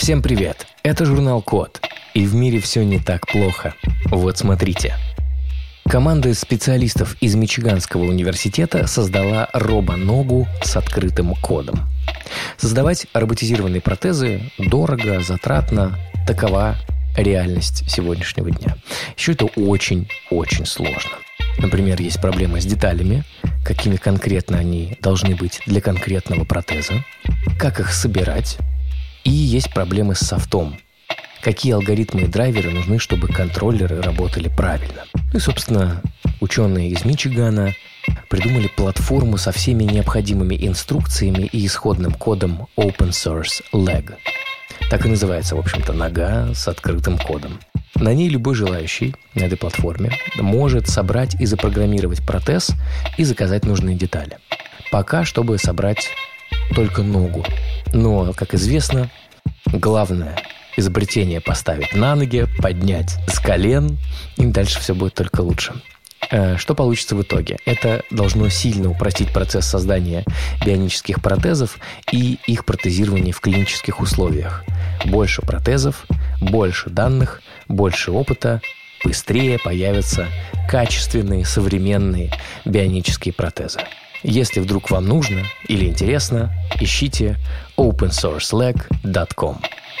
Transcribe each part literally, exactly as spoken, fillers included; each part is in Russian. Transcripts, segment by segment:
Всем привет! Это журнал Код. И в мире все не так плохо. Вот смотрите. Команда специалистов из Мичиганского университета создала робоногу с открытым кодом. Создавать роботизированные протезы дорого, затратно. Такова реальность сегодняшнего дня. Еще это очень-очень сложно. Например, есть проблемы с деталями, какими конкретно они должны быть для конкретного протеза, как их собирать, и есть проблемы с софтом. Какие алгоритмы и драйверы нужны, чтобы контроллеры работали правильно. И, собственно, ученые из Мичигана придумали платформу со всеми необходимыми инструкциями и исходным кодом Open Source Leg. Так и называется, в общем-то, нога с открытым кодом. На ней любой желающий на этой платформе может собрать и запрограммировать протез и заказать нужные детали. Пока, чтобы собрать только ногу. Но, как известно, главное изобретение поставить на ноги, поднять с колен, и дальше все будет только лучше. Что получится в итоге? Это должно сильно упростить процесс создания бионических протезов и их протезирования в клинических условиях. Больше протезов, больше данных, больше опыта, быстрее появятся качественные, современные бионические протезы. Если вдруг вам нужно или интересно, ищите open source leg dot com.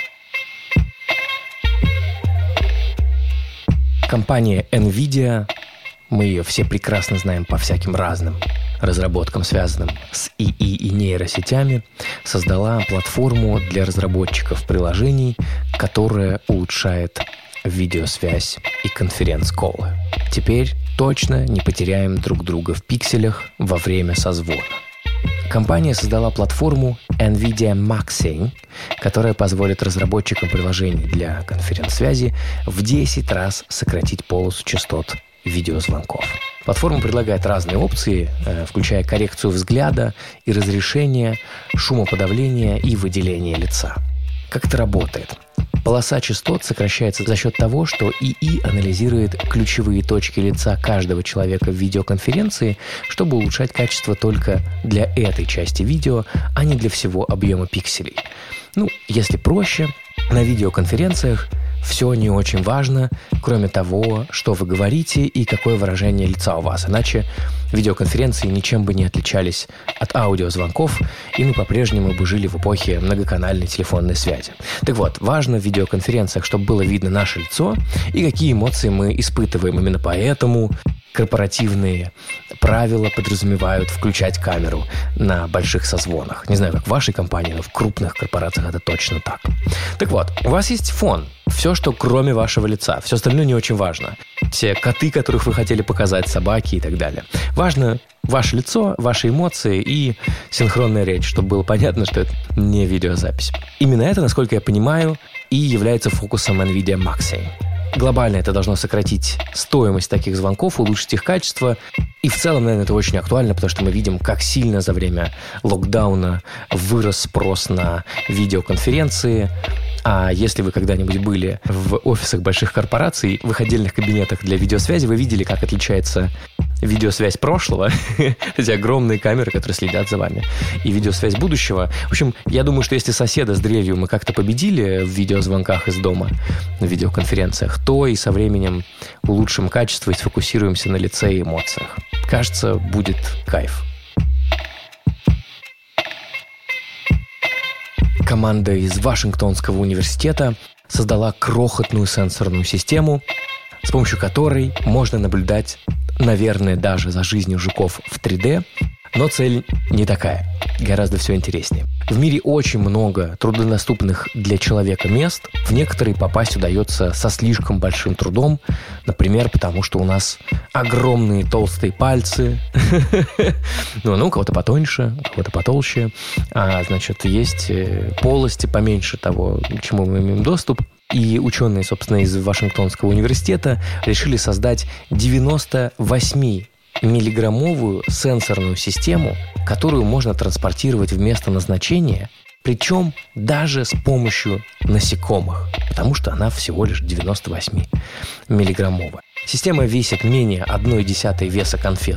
Компания NVIDIA, мы ее все прекрасно знаем по всяким разным разработкам, связанным с ИИ и нейросетями, создала платформу для разработчиков приложений, которая улучшает видеосвязь и конференц-коллы. Теперь точно не потеряем друг друга в пикселях во время созвона. Компания создала платформу NVIDIA Maxing, которая позволит разработчикам приложений для конференц-связи в десять раз сократить полосу частот видеозвонков. Платформа предлагает разные опции, включая коррекцию взгляда и разрешение, шумоподавление и выделение лица. Как это работает? Полоса частот сокращается за счет того, что ИИ анализирует ключевые точки лица каждого человека в видеоконференции, чтобы улучшать качество только для этой части видео, а не для всего объема пикселей. Ну, если проще, на видеоконференциях все не очень важно, кроме того, что вы говорите и какое выражение лица у вас. Иначе видеоконференции ничем бы не отличались от аудиозвонков, и мы по-прежнему бы жили в эпохе многоканальной телефонной связи. Так вот, важно в видеоконференциях, чтобы было видно наше лицо и какие эмоции мы испытываем. Именно поэтому корпоративные правила подразумевают включать камеру на больших созвонах. Не знаю, как в вашей компании, но в крупных корпорациях это точно так. Так вот, у вас есть фон. Все, что кроме вашего лица. Все остальное не очень важно. Те коты, которых вы хотели показать, собаки и так далее. Важно ваше лицо, ваши эмоции и синхронная речь, чтобы было понятно, что это не видеозапись. Именно это, насколько я понимаю, и является фокусом NVIDIA Maxing. Глобально это должно сократить стоимость таких звонков, улучшить их качество. И в целом, наверное, это очень актуально, потому что мы видим, как сильно за время локдауна вырос спрос на видеоконференции. А если вы когда-нибудь были в офисах больших корпораций, в их отдельных кабинетах для видеосвязи, вы видели, как отличается видеосвязь прошлого, эти огромные камеры, которые следят за вами, и видеосвязь будущего. В общем, я думаю, что если соседа с дрелью мы как-то победили в видеозвонках из дома, на видеоконференциях, то и со временем улучшим качество и сфокусируемся на лице и эмоциях. Кажется, будет кайф. Команда из Вашингтонского университета создала крохотную сенсорную систему, с помощью которой можно наблюдать, наверное, даже за жизнью жуков в три дэ, но цель не такая, гораздо все интереснее. В мире очень много труднодоступных для человека мест. В некоторые попасть удается со слишком большим трудом, например, потому что у нас огромные толстые пальцы, ну, ну, у кого-то потоньше, у кого-то потолще, а, значит, есть полости поменьше того, к чему мы имеем доступ. И ученые, собственно, из Вашингтонского университета решили создать девяносто восемь миллиграммовую сенсорную систему, которую можно транспортировать в место назначения, причем даже с помощью насекомых, потому что она всего лишь девяносто восемь миллиграммовая. Система весит менее одной десятой веса конфеты,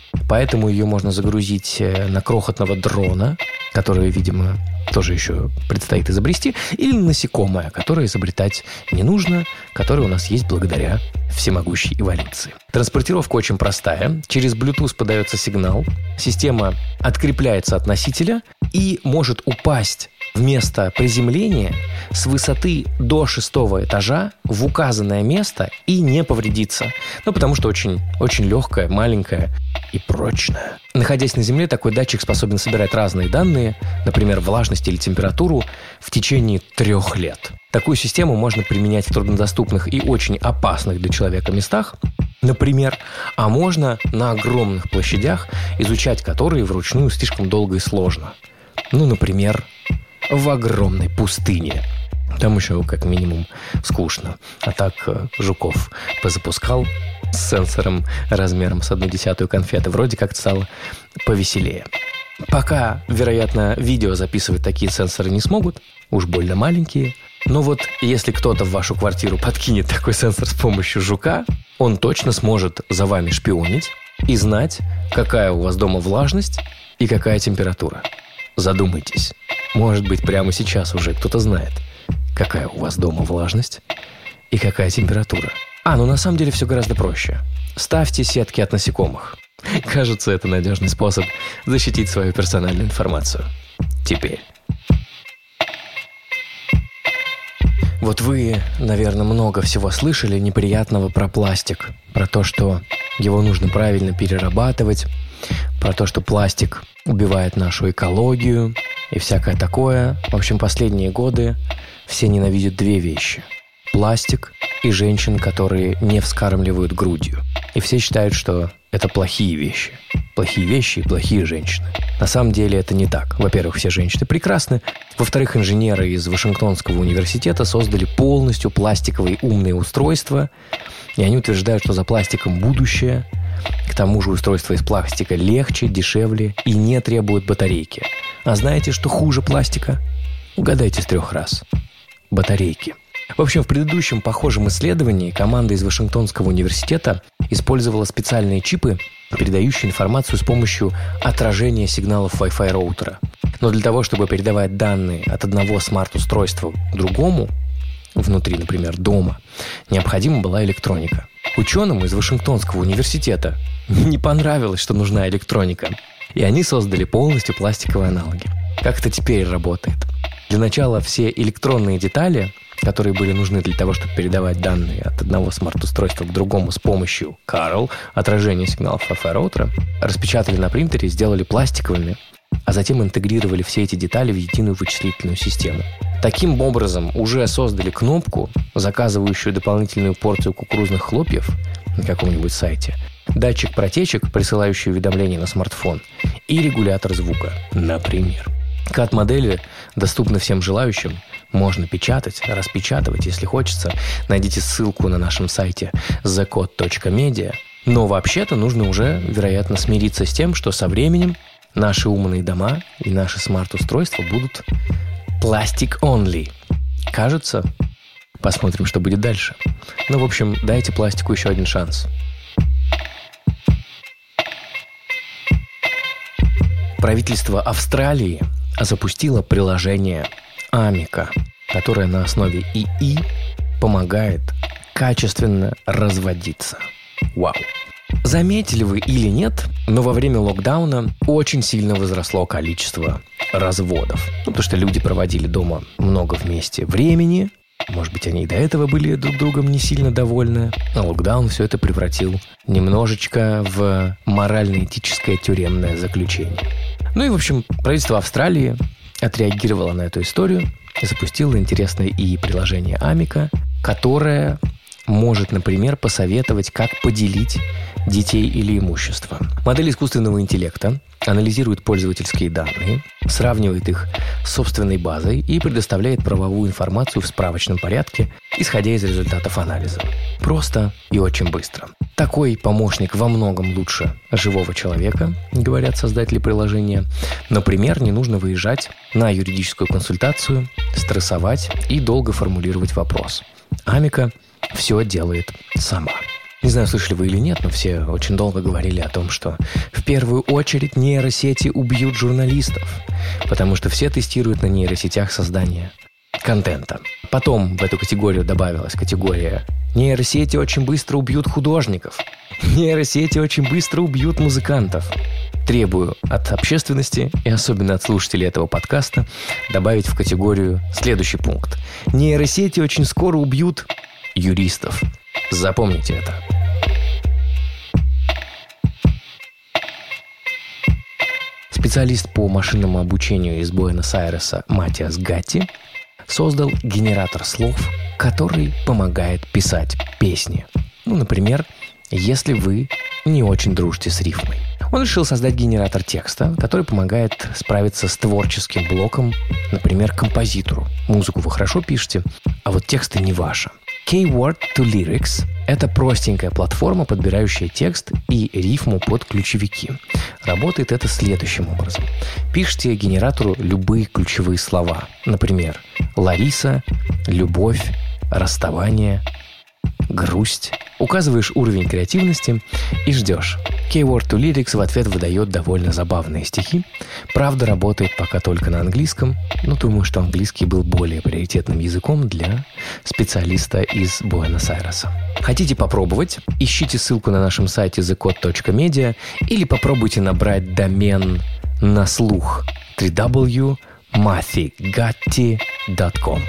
Поэтому ее можно загрузить на крохотного дрона, который, видимо, тоже еще предстоит изобрести, или насекомое, которое изобретать не нужно, которое у нас есть благодаря всемогущей эволюции. Транспортировка очень простая. Через Bluetooth подается сигнал, система открепляется от носителя и может упасть в место приземления с высоты до шестого этажа в указанное место и не повредиться. Ну, потому что очень, очень легкая, маленькая и прочная. Находясь на Земле, такой датчик способен собирать разные данные, например, влажность или температуру, в течение трех лет. Такую систему можно применять в труднодоступных и очень опасных для человека местах, например, а можно на огромных площадях, изучать которые вручную слишком долго и сложно. Ну, например, в огромной пустыне. Там еще как минимум скучно. А так Жуков позапускал с сенсором размером с одну десятую конфеты. Вроде как стало повеселее. Пока, вероятно, видео записывать такие сенсоры не смогут. Уж больно маленькие. Но вот если кто-то в вашу квартиру подкинет такой сенсор с помощью жука, он точно сможет за вами шпионить и знать, какая у вас дома влажность и какая температура. Задумайтесь. Может быть, прямо сейчас уже кто-то знает, какая у вас дома влажность и какая температура. А, ну на самом деле все гораздо проще. Ставьте сетки от насекомых. Кажется, это надежный способ защитить свою персональную информацию. Теперь. Вот вы, наверное, много всего слышали неприятного про пластик. Про то, что его нужно правильно перерабатывать. Про то, что пластик убивает нашу экологию и всякое такое. В общем, последние годы все ненавидят две вещи. Пластик и женщин, которые не вскармливают грудью. И все считают, что это плохие вещи. Плохие вещи и плохие женщины. На самом деле это не так. Во-первых, все женщины прекрасны. Во-вторых, инженеры из Вашингтонского университета создали полностью пластиковые умные устройства. И они утверждают, что за пластиком будущее. К тому же устройство из пластика легче, дешевле и не требует батарейки. А знаете, что хуже пластика? Угадайте с трех раз. Батарейки. В общем, в предыдущем похожем исследовании команда из Вашингтонского университета использовала специальные чипы, передающие информацию с помощью отражения сигналов Wi-Fi роутера. Но для того, чтобы передавать данные от одного смарт-устройства к другому, внутри, например, дома, необходима была электроника. Ученым из Вашингтонского университета не понравилось, что нужна электроника, и они создали полностью пластиковые аналоги. Как это теперь работает? Для начала все электронные детали, которые были нужны для того, чтобы передавать данные от одного смарт-устройства к другому с помощью Карл, отражения сигналов Wi-Fi роутера, распечатали на принтере, сделали пластиковыми, а затем интегрировали все эти детали в единую вычислительную систему. Таким образом, уже создали кнопку, заказывающую дополнительную порцию кукурузных хлопьев на каком-нибудь сайте, датчик протечек, присылающий уведомления на смартфон, и регулятор звука, например. си эй ди-модели доступны всем желающим. Можно печатать, распечатывать, если хочется. Найдите ссылку на нашем сайте the code точка media. Но вообще-то нужно уже, вероятно, смириться с тем, что со временем наши умные дома и наши смарт-устройства будут plastic only. Кажется. Посмотрим, что будет дальше. Ну, в общем, дайте пластику еще один шанс. Правительство Австралии запустило приложение Амика, которое на основе ИИ помогает качественно разводиться. Вау! Заметили вы или нет, но во время локдауна очень сильно возросло количество разводов. Ну, потому что люди проводили дома много вместе времени. Может быть, они и до этого были друг другом не сильно довольны. А локдаун все это превратил немножечко в морально-этическое тюремное заключение. Ну и, в общем, правительство Австралии отреагировало на эту историю и запустило интересное ИИ-приложение Амика, которое может, например, посоветовать, как поделить детей или имущество. Модель искусственного интеллекта анализирует пользовательские данные, сравнивает их с собственной базой и предоставляет правовую информацию в справочном порядке, исходя из результатов анализа. Просто и очень быстро. Такой помощник во многом лучше живого человека, говорят создатели приложения. Например, не нужно выезжать на юридическую консультацию, стрессовать и долго формулировать вопрос. Амика все делает сама. Не знаю, слышали вы или нет, но все очень долго говорили о том, что в первую очередь нейросети убьют журналистов, потому что все тестируют на нейросетях создание контента. Потом в эту категорию добавилась категория «Нейросети очень быстро убьют художников», «Нейросети очень быстро убьют музыкантов». Требую от общественности, и особенно от слушателей этого подкаста, добавить в категорию следующий пункт. Нейросети очень скоро убьют юристов. Запомните это. Специалист по машинному обучению из Буэнос-Айреса Матиас Гатти создал генератор слов, который помогает писать песни. Ну, например, если вы не очень дружите с рифмой. Он решил создать генератор текста, который помогает справиться с творческим блоком, например, композитору. Музыку вы хорошо пишете, а вот тексты не ваши. Keyword to Lyrics – это простенькая платформа, подбирающая текст и рифму под ключевики. Работает это следующим образом. Пишите генератору любые ключевые слова. Например, Лариса, любовь, расставание, грусть. Указываешь уровень креативности и ждешь. Keyword to Lyrics в ответ выдает довольно забавные стихи. Правда, работает пока только на английском, но думаю, что английский был более приоритетным языком для специалиста из Буэнос-Айреса. Хотите попробовать? Ищите ссылку на нашем сайте the code точка media или попробуйте набрать домен на слух дабл ю дабл ю дабл ю точка mathigatti точка com.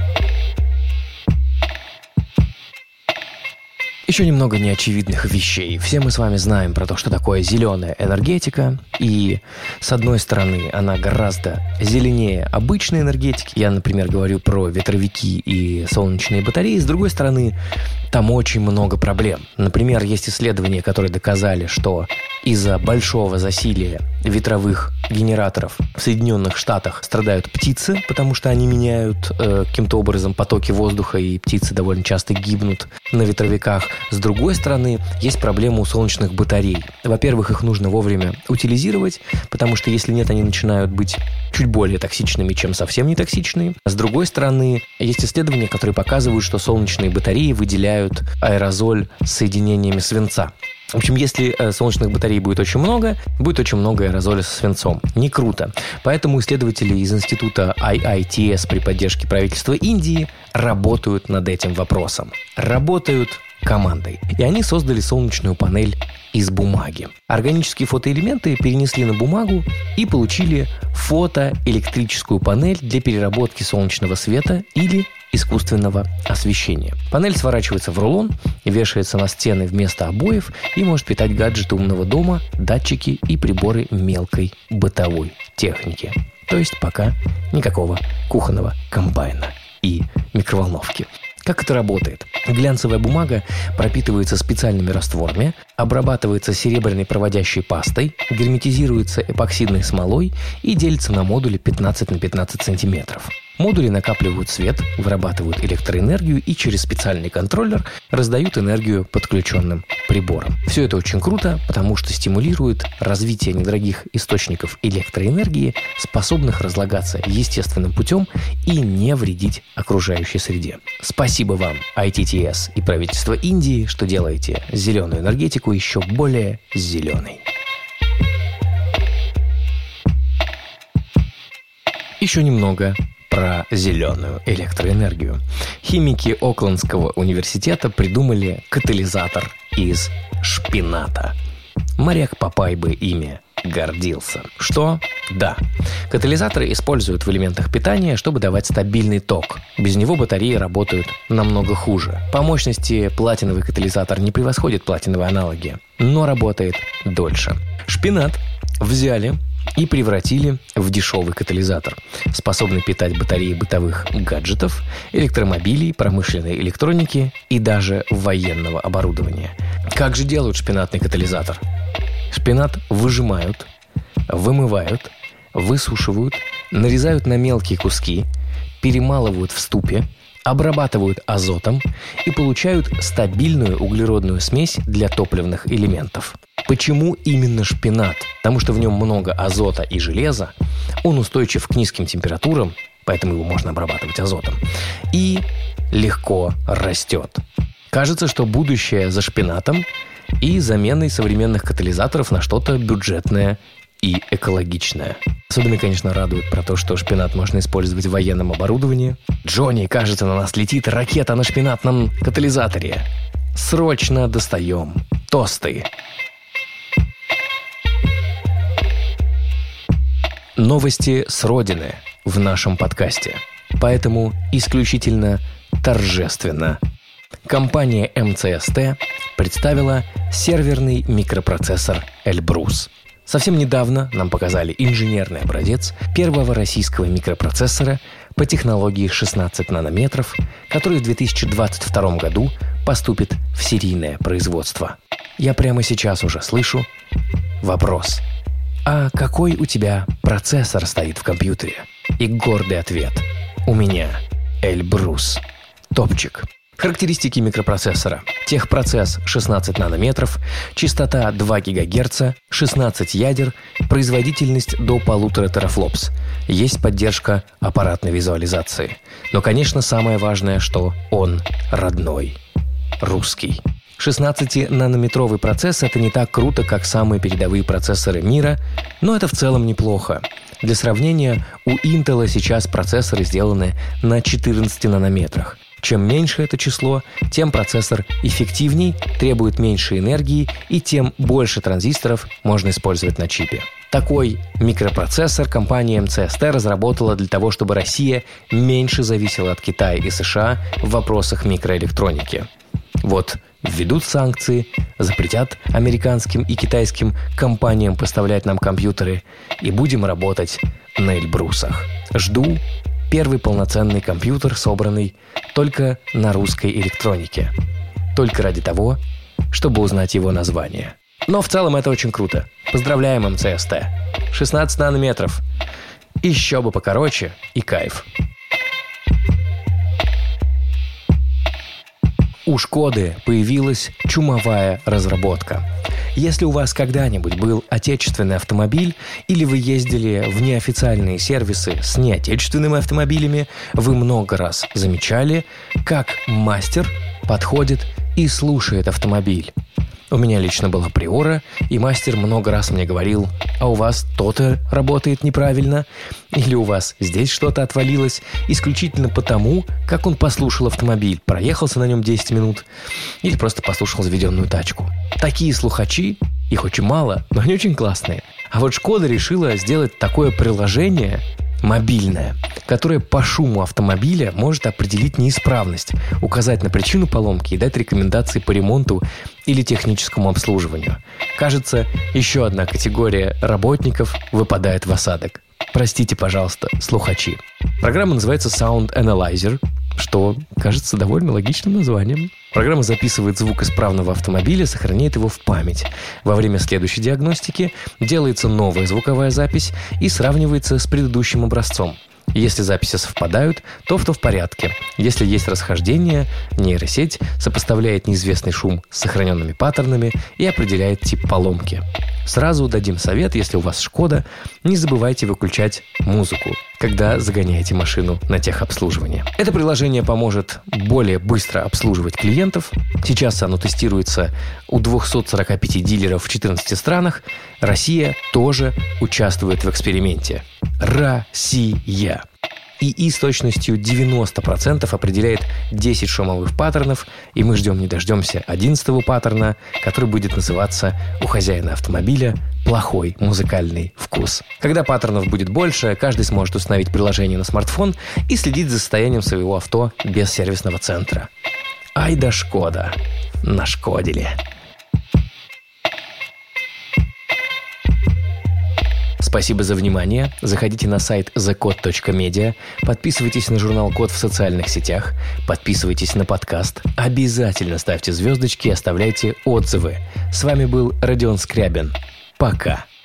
Еще немного неочевидных вещей. Все мы с вами знаем про то, что такое зеленая энергетика. И, с одной стороны, она гораздо зеленее обычной энергетики. Я, например, говорю про ветровики и солнечные батареи. С другой стороны, там очень много проблем. Например, есть исследования, которые доказали, что из-за большого засилия ветровых генераторов в Соединенных Штатах страдают птицы, потому что они меняют э, каким-то образом потоки воздуха, и птицы довольно часто гибнут на ветровиках. С другой стороны, есть проблема у солнечных батарей. Во-первых, их нужно вовремя утилизировать, потому что если нет, они начинают быть чуть более токсичными, чем совсем не токсичные. С другой стороны, есть исследования, которые показывают, что солнечные батареи выделяют аэрозоль с соединениями свинца. В общем, если э, солнечных батарей будет очень много, будет очень много аэрозоля со свинцом. Не круто. Поэтому исследователи из института ай ай ти эс при поддержке правительства Индии работают над этим вопросом. Работают командой. И они создали солнечную панель из бумаги. Органические фотоэлементы перенесли на бумагу и получили фотоэлектрическую панель для переработки солнечного света или искусственного освещения. Панель сворачивается в рулон и вешается на стены вместо обоев и может питать гаджеты умного дома, датчики и приборы мелкой бытовой техники. То есть пока никакого кухонного комбайна и микроволновки. Как это работает? Глянцевая бумага пропитывается специальными растворами, обрабатывается серебряной проводящей пастой, герметизируется эпоксидной смолой и делится на модули пятнадцать на пятнадцать сантиметров. Модули накапливают свет, вырабатывают электроэнергию и через специальный контроллер раздают энергию подключенным приборам. Все это очень круто, потому что стимулирует развитие недорогих источников электроэнергии, способных разлагаться естественным путем и не вредить окружающей среде. Спасибо вам, ай ти ти эс и правительство Индии, что делаете зеленую энергетику еще более зеленой. Еще немного про зеленую электроэнергию. Химики Оклендского университета придумали катализатор из шпината. Моряк Папай бы ими гордился. Что? Да. Катализаторы используют в элементах питания, чтобы давать стабильный ток. Без него батареи работают намного хуже. По мощности платиновый катализатор не превосходит платиновые аналоги, но работает дольше. Шпинат взяли и превратили в дешевый катализатор, способный питать батареи бытовых гаджетов, электромобилей, промышленной электроники и даже военного оборудования. Как же делают шпинатный катализатор? Шпинат выжимают, вымывают, высушивают, нарезают на мелкие куски, перемалывают в ступе, обрабатывают азотом и получают стабильную углеродную смесь для топливных элементов. Почему именно шпинат? Потому что в нем много азота и железа, он устойчив к низким температурам, поэтому его можно обрабатывать азотом, и легко растет. Кажется, что будущее за шпинатом и заменой современных катализаторов на что-то бюджетное и экологичное. Особенно, конечно, радует про то, что шпинат можно использовать в военном оборудовании. Джонни, кажется, на нас летит ракета на шпинатном катализаторе. Срочно достаем. Тосты. Новости с родины в нашем подкасте. Поэтому исключительно торжественно. Компания эм цэ эс тэ представила серверный микропроцессор Эльбрус. Совсем недавно нам показали инженерный образец первого российского микропроцессора по технологии шестнадцать нанометров, который в две тысячи двадцать втором году поступит в серийное производство. Я прямо сейчас уже слышу вопрос: а какой у тебя процессор стоит в компьютере? И гордый ответ: у меня Эльбрус. Топчик. Характеристики микропроцессора. Техпроцесс шестнадцать нанометров, частота два гигагерца, шестнадцать ядер, производительность до полутора терафлопс. Есть поддержка аппаратной визуализации. Но, конечно, самое важное, что он родной. Русский. шестнадцатинанометровый процесс – это не так круто, как самые передовые процессоры мира, но это в целом неплохо. Для сравнения, у Intel сейчас процессоры сделаны на четырнадцати нанометрах. Чем меньше это число, тем процессор эффективней, требует меньше энергии и тем больше транзисторов можно использовать на чипе. Такой микропроцессор компания эм цэ эс тэ разработала для того, чтобы Россия меньше зависела от Китая и США в вопросах микроэлектроники. Вот введут санкции, запретят американским и китайским компаниям поставлять нам компьютеры, и будем работать на Эльбрусах. Жду первый полноценный компьютер, собранный только на русской электронике. Только ради того, чтобы узнать его название. Но в целом это очень круто. Поздравляем эм цэ эс тэ. шестнадцать нанометров. Еще бы покороче и кайф. У Шкоды появилась чумовая разработка. Если у вас когда-нибудь был отечественный автомобиль или вы ездили в неофициальные сервисы с неотечественными автомобилями, вы много раз замечали, как мастер подходит и слушает автомобиль. У меня лично была Приора, и мастер много раз мне говорил: а у вас то-то работает неправильно, или у вас здесь что-то отвалилось, исключительно потому, как он послушал автомобиль, проехался на нем десять минут, или просто послушал заведенную тачку. Такие слухачи, их очень мало, но они очень классные. А вот Шкода решила сделать такое приложение мобильное, которое по шуму автомобиля может определить неисправность, указать на причину поломки и дать рекомендации по ремонту или техническому обслуживанию. Кажется, еще одна категория работников выпадает в осадок. Простите, пожалуйста, слухачи. Программа называется Sound Analyzer, что кажется довольно логичным названием. Программа записывает звук исправного автомобиля, сохраняет его в память. Во время следующей диагностики делается новая звуковая запись и сравнивается с предыдущим образцом. Если записи совпадают, то все в порядке. Если есть расхождение, нейросеть сопоставляет неизвестный шум с сохраненными паттернами и определяет тип поломки. Сразу дадим совет: если у вас Шкода, не забывайте выключать музыку, когда загоняете машину на техобслуживание. Это приложение поможет более быстро обслуживать клиентов. Сейчас оно тестируется у двухсот сорока пяти дилеров в четырнадцати странах. Россия тоже участвует в эксперименте. Россия. ИИ с точностью девяносто процентов определяет десять шумовых паттернов, и мы ждем не дождемся одиннадцатого паттерна, который будет называться у хозяина автомобиля «Плохой музыкальный вкус». Когда паттернов будет больше, каждый сможет установить приложение на смартфон и следить за состоянием своего авто без сервисного центра. Ай да Шкода. Нашкодили. Спасибо за внимание. Заходите на сайт зе код точка медиа, подписывайтесь на журнал Код в социальных сетях, подписывайтесь на подкаст, обязательно ставьте звездочки и оставляйте отзывы. С вами был Родион Скрябин. Пока.